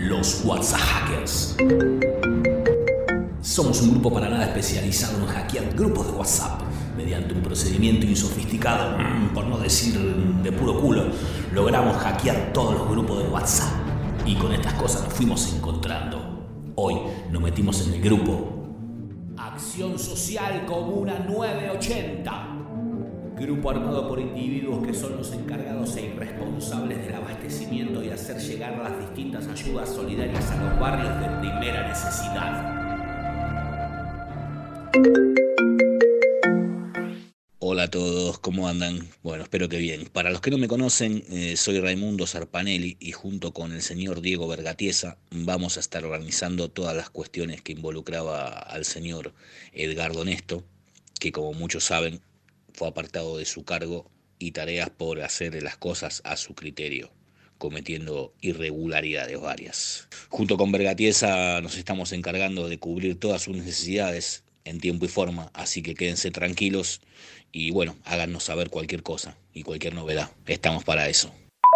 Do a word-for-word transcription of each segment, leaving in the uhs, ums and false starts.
Los WhatsApp Hackers. Somos un grupo para nada especializado en hackear grupos de WhatsApp. Mediante un procedimiento insofisticado, por no decir de puro culo, logramos hackear todos los grupos de WhatsApp. Y con estas cosas nos fuimos encontrando. Hoy nos metimos en el grupo Acción Social Comuna novecientos ochenta. Grupo armado por individuos que son los encargados e irresponsables del abastecimiento y hacer llegar las distintas ayudas solidarias a los barrios de primera necesidad. Hola a todos, ¿cómo andan? Bueno, espero que bien. Para los que no me conocen, eh, soy Raimundo Zarpanelli y junto con el señor Diego Vergatiesa vamos a estar organizando todas las cuestiones que involucraba al señor Edgardo Nesto, que como muchos saben fue apartado de su cargo y tareas por hacer las cosas a su criterio, cometiendo irregularidades varias. Junto con Vergatiesa nos estamos encargando de cubrir todas sus necesidades en tiempo y forma, así que quédense tranquilos y bueno, háganos saber cualquier cosa y cualquier novedad. Estamos para eso.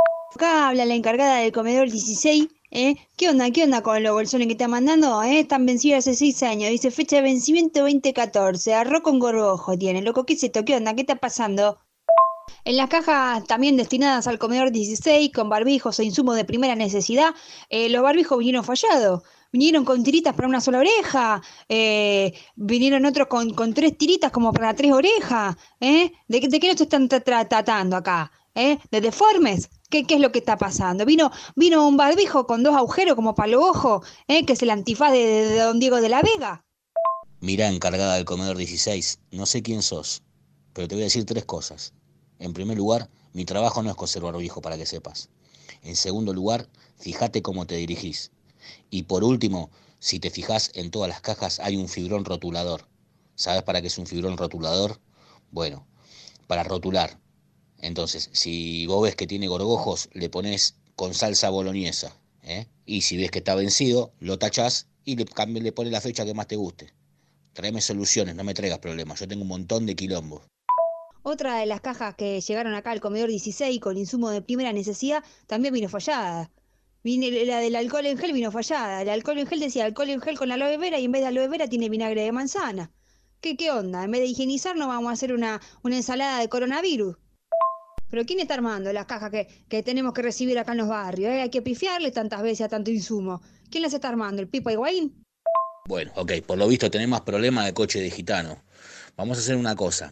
Acá habla la encargada del comedor dieciséis. ¿Eh? ¿Qué onda? ¿Qué onda con los bolsones que está mandando? ¿Eh? Están vencidos hace seis años. Dice fecha de vencimiento veinte catorce. Arroz con gorgojo tiene. Loco, ¿qué es esto? ¿Qué onda? ¿Qué está pasando? En las cajas también destinadas al comedor dieciséis, con barbijos e insumos de primera necesidad, eh, los barbijos vinieron fallados. Vinieron con tiritas para una sola oreja, eh, vinieron otros con, con tres tiritas como para tres orejas. ¿Eh? ¿De, de qué nos están tra- tra- tratando acá? ¿Eh? ¿De deformes? ¿Qué, ¿Qué es lo que está pasando? Vino, vino un barbijo con dos agujeros como para los ojos, ¿eh? Que es el antifaz de, de, de don Diego de la Vega. Mirá, encargada del comedor dieciséis, no sé quién sos, pero te voy a decir tres cosas. En primer lugar, mi trabajo no es coser barbijo, para que sepas. En segundo lugar, fíjate cómo te dirigís. Y por último, si te fijás, en todas las cajas hay un fibrón rotulador. ¿Sabes para qué es un fibrón rotulador? Bueno, para rotular. Entonces, si vos ves que tiene gorgojos, le pones con salsa boloñesa, ¿eh? Y si ves que está vencido, lo tachás y le, cambi- le pones la fecha que más te guste. Tráeme soluciones, no me traigas problemas. Yo tengo un montón de quilombos. Otra de las cajas que llegaron acá al comedor dieciséis con insumo de primera necesidad también vino fallada. Vine, la del alcohol en gel vino fallada. El alcohol en gel decía alcohol en gel con aloe vera y en vez de aloe vera tiene vinagre de manzana. ¿Qué, qué onda? En vez de higienizar nos vamos a hacer una, una ensalada de coronavirus. Pero ¿quién está armando las cajas que, que tenemos que recibir acá en los barrios? ¿Eh? Hay que pifiarle tantas veces a tanto insumo. ¿Quién las está armando? ¿El Pipa Higuaín? Bueno, ok, por lo visto tenemos problemas de coche de gitano. Vamos a hacer una cosa.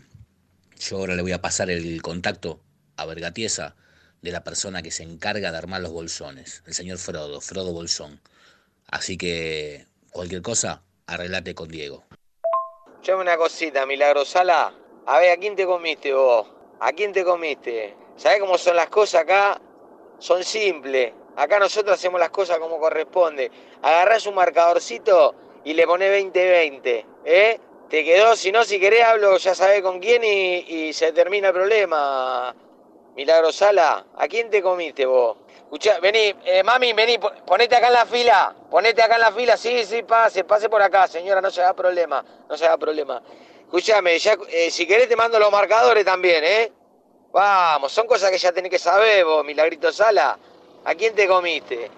Yo ahora le voy a pasar el contacto a Vergatiesa de la persona que se encarga de armar los bolsones, el señor Frodo, Frodo Bolsón. Así que cualquier cosa, arreglate con Diego. Llame una cosita, Milagrosala. A ver, ¿a quién te comiste vos? ¿A quién te comiste? ¿Sabés cómo son las cosas acá? Son simples. Acá nosotros hacemos las cosas como corresponde. Agarrás un marcadorcito y le ponés veinte veinte, ¿eh? Te quedó, si no, si querés hablo, ya sabés con quién y, y se termina el problema. Milagrosala, ¿a quién te comiste vos? Escuchá, vení, eh, mami, vení, ponete acá en la fila, ponete acá en la fila, sí, sí, pase, pase por acá, señora, no se haga problema, no se haga problema. Escuchame, ya, eh, si querés te mando los marcadores también, ¿eh? Vamos, son cosas que ya tenés que saber vos, Milagrito Sala. ¿A quién te comiste?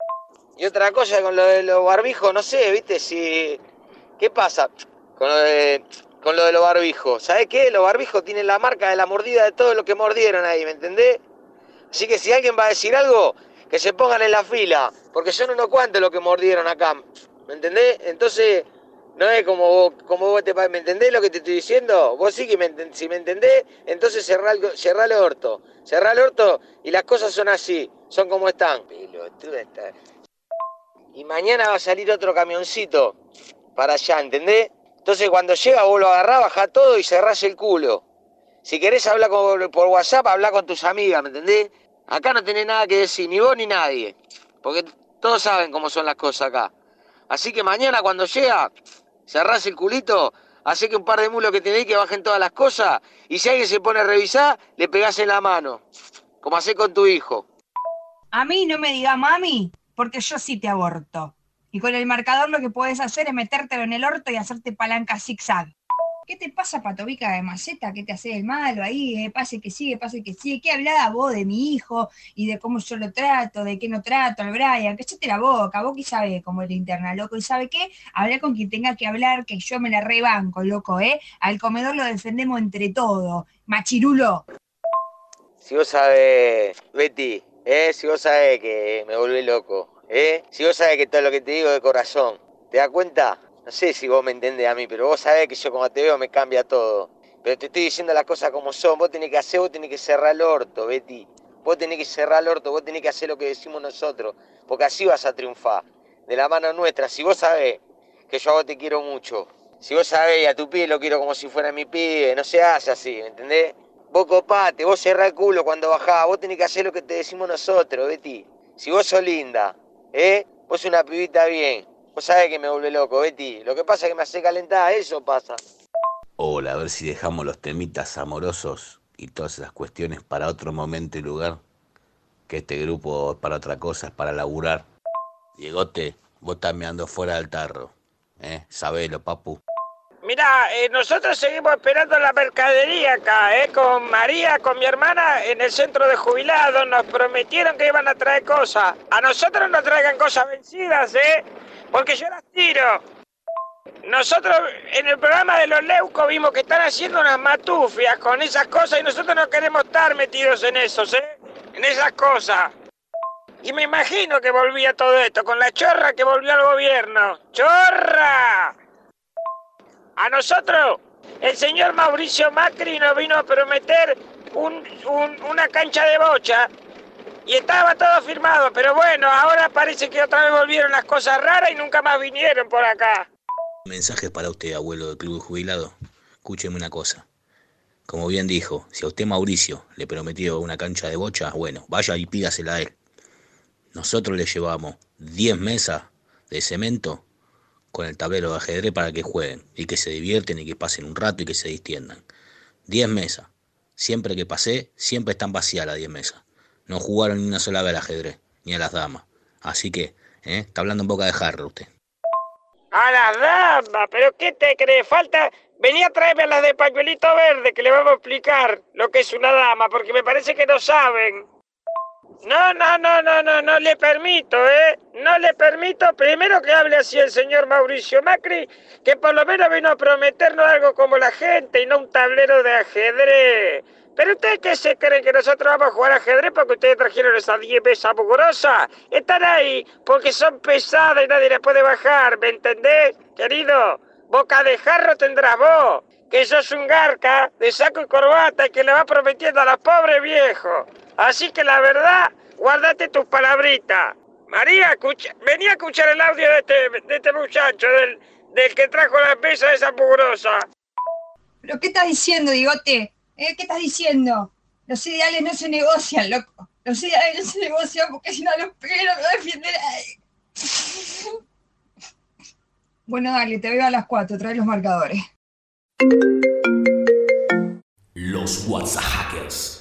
Y otra cosa con lo de los barbijos, no sé, viste, si... ¿Qué pasa con lo de, con lo de los barbijos? ¿Sabés qué? Los barbijos tienen la marca de la mordida de todo lo que mordieron ahí, ¿me entendés? Así que si alguien va a decir algo, que se pongan en la fila, porque son unos cuantos los que mordieron acá, ¿me entendés? Entonces, no es como vos, como vos te... ¿Me entendés lo que te estoy diciendo? Vos sí que me entendés, si me entendés, entonces cerrá el, cerrá el orto, cerrá el orto y las cosas son así, son como están. Pelotuda está. Y mañana va a salir otro camioncito para allá, ¿entendés? Entonces cuando llega vos lo agarrás, bajá todo y cerrás el culo. Si querés hablar con, por WhatsApp, habla con tus amigas, ¿me entendés? Acá no tenés nada que decir, ni vos ni nadie. Porque todos saben cómo son las cosas acá. Así que mañana cuando llega, cerrás el culito, hacé que un par de mulos que tenéis que bajen todas las cosas, y si alguien se pone a revisar, le pegás en la mano. Como hacé con tu hijo. A mí no me diga mami, porque yo sí te aborto. Y con el marcador lo que podés hacer es metértelo en el orto y hacerte palanca zigzag. ¿Qué te pasa, patobica de maceta? ¿Qué te hace el malo ahí? Eh? Pase que sigue, pase que sigue. ¿Qué hablaba vos de mi hijo y de cómo yo lo trato, de qué no trato al Brian? Cállate la boca, vos que sabés cómo es la interna, loco. ¿Y sabe qué? Hablar con quien tenga que hablar, que yo me la rebanco, loco, ¿eh? Al comedor lo defendemos entre todos. Machirulo. Si vos sabés, Betty, ¿eh? Si vos sabés que me volví loco, ¿eh? Si vos sabés que todo lo que te digo de corazón, ¿te das cuenta? No sé si vos me entendés a mí, pero vos sabés que yo cuando te veo me cambia todo. Pero te estoy diciendo las cosas como son. Vos tenés que hacer, vos tenés que cerrar el orto, Betty. Vos tenés que cerrar el orto, vos tenés que hacer lo que decimos nosotros. Porque así vas a triunfar. De la mano nuestra. Si vos sabés que yo a vos te quiero mucho. Si vos sabés y a tu pibe lo quiero como si fuera mi pibe. No se hace así, ¿me entendés? Vos copate, vos cerrá el culo cuando bajás. Vos tenés que hacer lo que te decimos nosotros, Betty. Si vos sos linda, ¿eh? Vos sos una pibita bien. Vos sabés que me vuelve loco, Betty. Lo que pasa es que me hace calentar, eso pasa. Hola, a ver si dejamos los temitas amorosos y todas esas cuestiones para otro momento y lugar. Que este grupo es para otra cosa, es para laburar. Diegote, vos estás meando fuera del tarro. ¿Eh? Sabelo, papu. Mirá, eh, nosotros seguimos esperando la mercadería acá, ¿eh? Con María, con mi hermana, en el centro de jubilados. Nos prometieron que iban a traer cosas. A nosotros no traigan cosas vencidas, ¿eh? Porque yo las tiro. Nosotros en el programa de los Leucos vimos que están haciendo unas matufias con esas cosas y nosotros no queremos estar metidos en esos, ¿eh? En esas cosas. Y me imagino que volvía todo esto con la chorra que volvió al gobierno. ¡Chorra! A nosotros, el señor Mauricio Macri nos vino a prometer un, un, una cancha de bocha y estaba todo firmado, pero bueno, ahora parece que otra vez volvieron las cosas raras y nunca más vinieron por acá. Mensaje para usted, abuelo del club de jubilado. Escúcheme una cosa. Como bien dijo, si a usted Mauricio le prometió una cancha de bocha, bueno, vaya y pídasela a él. Nosotros le llevamos diez mesas de cemento con el tablero de ajedrez para que jueguen y que se divierten y que pasen un rato y que se distiendan. diez mesas. Siempre que pasé, siempre están vacías las diez mesas. No jugaron ni una sola vez al ajedrez, ni a las damas. Así que, ¿eh? Está hablando en boca de jarro usted. A las damas, pero ¿qué te crees? Falta... Vení a traerme a las de pañuelito verde, que le vamos a explicar lo que es una dama, porque me parece que no saben. No, no, no, no, no, no le permito, ¿eh? No le permito, primero que hable así el señor Mauricio Macri, que por lo menos vino a prometernos algo como la gente y no un tablero de ajedrez. ¿Pero ustedes qué se creen que nosotros vamos a jugar ajedrez porque ustedes trajeron esas diez mesas mugrosas? Están ahí porque son pesadas y nadie las puede bajar, ¿me entendés, querido? Boca de jarro tendrás vos, que sos un garca de saco y corbata y que le va prometiendo a los pobres viejos. Así que la verdad, guardate tus palabritas. María, escucha, vení a escuchar el audio de este, de este muchacho, del, del que trajo la mesa esa mugrosa. ¿Pero qué estás diciendo, Digote? ¿Eh? ¿Qué estás diciendo? Los ideales no se negocian, loco. Los ideales no se negocian porque si no los pegueros no defienden a... Bueno, dale, te veo a las cuatro, trae los marcadores. Los WhatsApp Hackers.